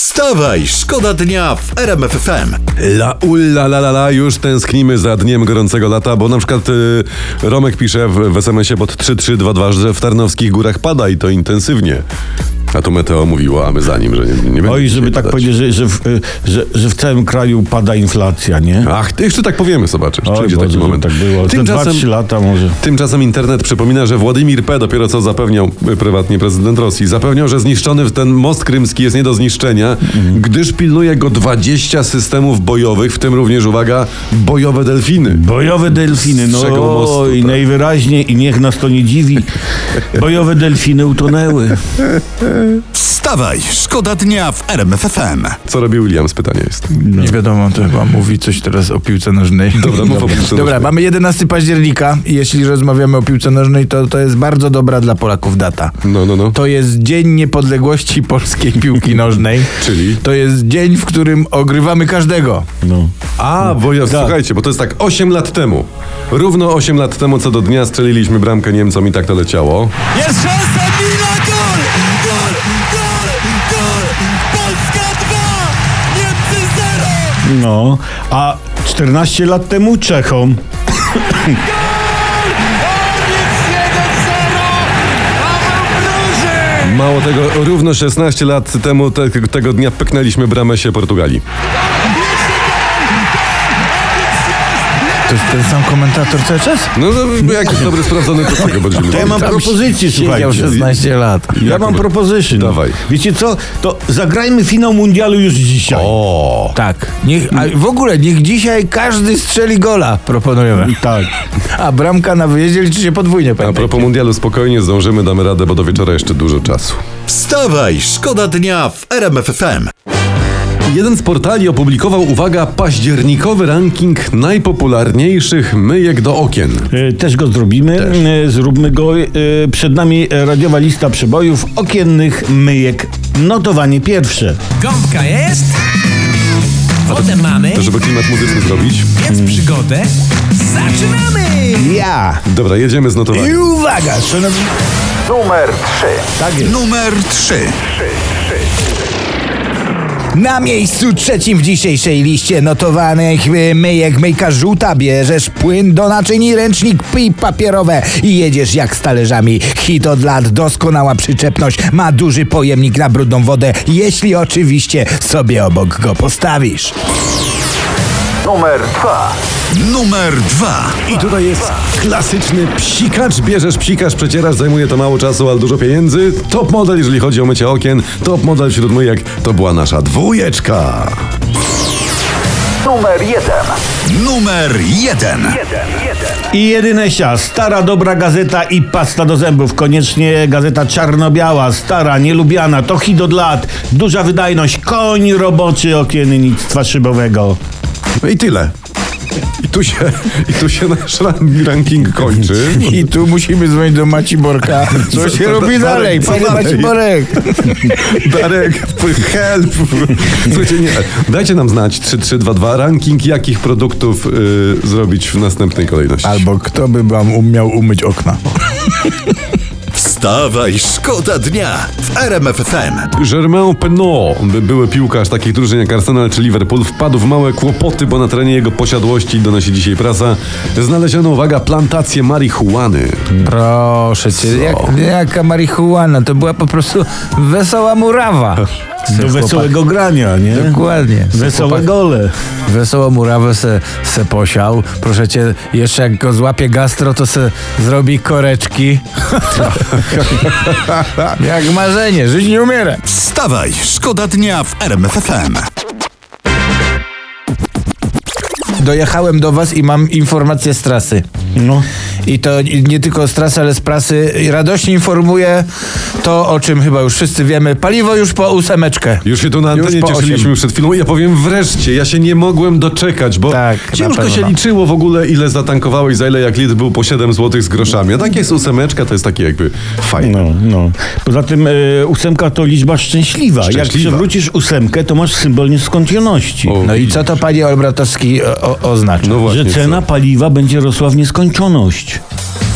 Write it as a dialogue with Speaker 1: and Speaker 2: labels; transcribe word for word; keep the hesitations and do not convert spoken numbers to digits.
Speaker 1: Wstawaj, szkoda dnia w R M F F M.
Speaker 2: La ulla la la la, już tęsknimy za dniem gorącego lata, bo na przykład y, Romek pisze w, w es em esie pod trzy trzy dwa dwa, że w Tarnowskich Górach pada i to intensywnie. A tu Meteo mówiło, a my za nim, że nie, nie będzie.
Speaker 3: Oj, żeby tak
Speaker 2: padać.
Speaker 3: powiedzieć, że, że, w, że, że w całym kraju pada inflacja, nie?
Speaker 2: Ach, ty jeszcze tak powiemy, zobaczysz.
Speaker 3: Oj,
Speaker 2: Przyjdzie
Speaker 3: Boże,
Speaker 2: taki moment.
Speaker 3: tak było.
Speaker 2: Tymczasem,
Speaker 3: dwa trzy lata może.
Speaker 2: Tymczasem internet przypomina, że Władimir P. dopiero co zapewniał, y, prywatnie prezydent Rosji, zapewniał, że zniszczony ten most krymski jest nie do zniszczenia, mhm. gdyż pilnuje go dwadzieścia systemów bojowych, w tym również, uwaga, bojowe delfiny.
Speaker 3: Bojowe delfiny, no
Speaker 2: mostu,
Speaker 3: i
Speaker 2: tak.
Speaker 3: najwyraźniej, i niech nas to nie dziwi, bojowe delfiny utonęły.
Speaker 1: Wstawaj, szkoda dnia w R M F F M.
Speaker 2: Co robi Williams? Pytanie jest.
Speaker 4: No. Nie wiadomo, to chyba mówi coś teraz o piłce nożnej.
Speaker 2: Dobra, mów o piłce
Speaker 4: Dobra,
Speaker 2: nożnej.
Speaker 4: mamy jedenastego października i jeśli rozmawiamy o piłce nożnej, to to jest bardzo dobra dla Polaków data.
Speaker 2: No, no, no.
Speaker 4: To jest Dzień Niepodległości Polskiej Piłki Nożnej.
Speaker 2: Czyli?
Speaker 4: To jest dzień, w którym ogrywamy każdego.
Speaker 3: No.
Speaker 2: A, bo ja, słuchajcie, bo to jest tak osiem lat temu. Równo osiem lat temu co do dnia strzeliliśmy bramkę Niemcom i tak to leciało.
Speaker 5: Jest szansa, Mila, gol! Gol! Gol! Gol! Polska dwa! Niemcy zero!
Speaker 3: No, a czternaście lat temu Czechom.
Speaker 5: Koniec jeden zero! Paweł Gruży!
Speaker 2: Mało tego, równo szesnaście lat temu te, tego dnia pyknęliśmy bramę się Portugalii.
Speaker 4: To jest ten sam komentator cały czas?
Speaker 2: No, no jakiś dobry sprawdzony, to tego będziemy
Speaker 3: To ja mam
Speaker 2: mówić.
Speaker 3: propozycję,
Speaker 4: Siedział
Speaker 3: słuchajcie.
Speaker 4: szesnaście lat.
Speaker 3: Ja
Speaker 2: Jak
Speaker 3: mam
Speaker 2: to?
Speaker 3: propozycję. No.
Speaker 2: Dawaj.
Speaker 3: Wiecie co? To zagrajmy finał mundialu już dzisiaj.
Speaker 2: O,
Speaker 4: Tak. Niech, a w ogóle niech dzisiaj każdy strzeli gola, proponujemy.
Speaker 3: Tak.
Speaker 4: A bramka na wyjeździe liczy się podwójnie,
Speaker 2: a
Speaker 4: pamiętajcie.
Speaker 2: propos mundialu, spokojnie zdążymy, damy radę, bo do wieczora jeszcze dużo czasu.
Speaker 1: Wstawaj, szkoda dnia w R M F F M.
Speaker 2: Jeden z portali opublikował, uwaga, październikowy ranking najpopularniejszych myjek do okien.
Speaker 3: E, Też go zrobimy. E, Zróbmy go. E, Przed nami radiowa lista przebojów okiennych myjek. Notowanie pierwsze.
Speaker 6: Gąbka jest, wodę mamy,
Speaker 2: To żeby klimat muzyczny zrobić.
Speaker 6: więc przygodę zaczynamy!
Speaker 4: Ja.
Speaker 2: Dobra, jedziemy z notowaniem.
Speaker 4: I uwaga, szanowni...
Speaker 1: Numer trzy.
Speaker 4: Tak jest.
Speaker 1: Numer trzy.
Speaker 4: Na miejscu trzecim w dzisiejszej liście notowanych y, myjek myjka żółta. Bierzesz płyn do naczyń i ręcznik i papierowe i jedziesz jak z talerzami. Hit od lat, doskonała przyczepność, ma duży pojemnik na brudną wodę, jeśli oczywiście sobie obok go postawisz.
Speaker 1: Numer dwa. Numer dwa.
Speaker 2: I tutaj jest klasyczny psikacz. Bierzesz psikacz, przecierasz, zajmuje to mało czasu, ale dużo pieniędzy. Top model, jeżeli chodzi o mycie okien. Top model wśród myjek to była nasza dwójeczka.
Speaker 1: Numer jeden. Numer jeden.
Speaker 3: I jedynesia, stara dobra gazeta i pasta do zębów. Koniecznie gazeta czarno-biała, stara, nielubiana, to hit od lat. Duża wydajność, koń roboczy okiennictwa szybowego.
Speaker 2: No i tyle. I tu się, i tu się nasz ran- ranking kończy.
Speaker 4: I tu musimy dzwonić do Maciborka. Co się
Speaker 2: Da-
Speaker 4: robi
Speaker 2: Darek,
Speaker 4: dalej,
Speaker 2: co
Speaker 4: panie
Speaker 2: dalej?
Speaker 4: Maciborek?
Speaker 2: Darek, help. Słuchajcie, nie, dajcie nam znać trzy trzy dwa dwa ranking jakich produktów y, zrobić w następnej kolejności.
Speaker 4: Albo kto by wam umiał umyć okna?
Speaker 1: Wstawaj, szkoda dnia w R M F F M.
Speaker 2: Germain Penaud, by- były piłkarz takich drużyn jak Arsenal czy Liverpool, wpadł w małe kłopoty, bo na terenie jego posiadłości, donosi dzisiaj prasa, znaleziono, uwaga, plantację marihuany.
Speaker 4: Proszę cię, jak, jaka marihuana, to była po prostu wesoła murawa.
Speaker 3: Do wesołego grania, nie?
Speaker 4: Dokładnie.
Speaker 3: Wesołe
Speaker 4: Chłopak
Speaker 3: gole.
Speaker 4: Wesołą murawę se, se posiał. Proszę cię, jeszcze jak go złapie gastro, to se zrobi koreczki. Jak marzenie, żyć nie umiera.
Speaker 1: Wstawaj, szkoda dnia w R M F F M.
Speaker 4: Dojechałem do was i mam informację z trasy.
Speaker 3: No.
Speaker 4: I to nie tylko z trasy, ale z prasy. I radośnie informuję to, o czym chyba już wszyscy wiemy. Paliwo już po ósemeczkę.
Speaker 2: Już się tu na
Speaker 4: Już
Speaker 2: antenie
Speaker 4: po
Speaker 2: cieszyliśmy
Speaker 4: osiem.
Speaker 2: przed chwilą. Ja powiem wreszcie, ja się nie mogłem doczekać, bo
Speaker 4: Tak, na
Speaker 2: ciężko
Speaker 4: pewno.
Speaker 2: się liczyło w ogóle, ile zatankowałeś, za ile jak litr był po siedem złotych z groszami. A tak jest ósemeczka, to jest takie jakby fajne.
Speaker 3: No, no. Poza tym e, ósemka to liczba szczęśliwa. Jak
Speaker 2: Szczęśliwa.
Speaker 3: przewrócisz ósemkę, to masz symbol nieskończoności.
Speaker 2: O,
Speaker 4: No i
Speaker 2: widzisz.
Speaker 4: co to panie Olbratowski o, o, oznacza?
Speaker 2: No właśnie,
Speaker 3: Że cena
Speaker 2: co?
Speaker 3: paliwa będzie rosła w nieskończoność.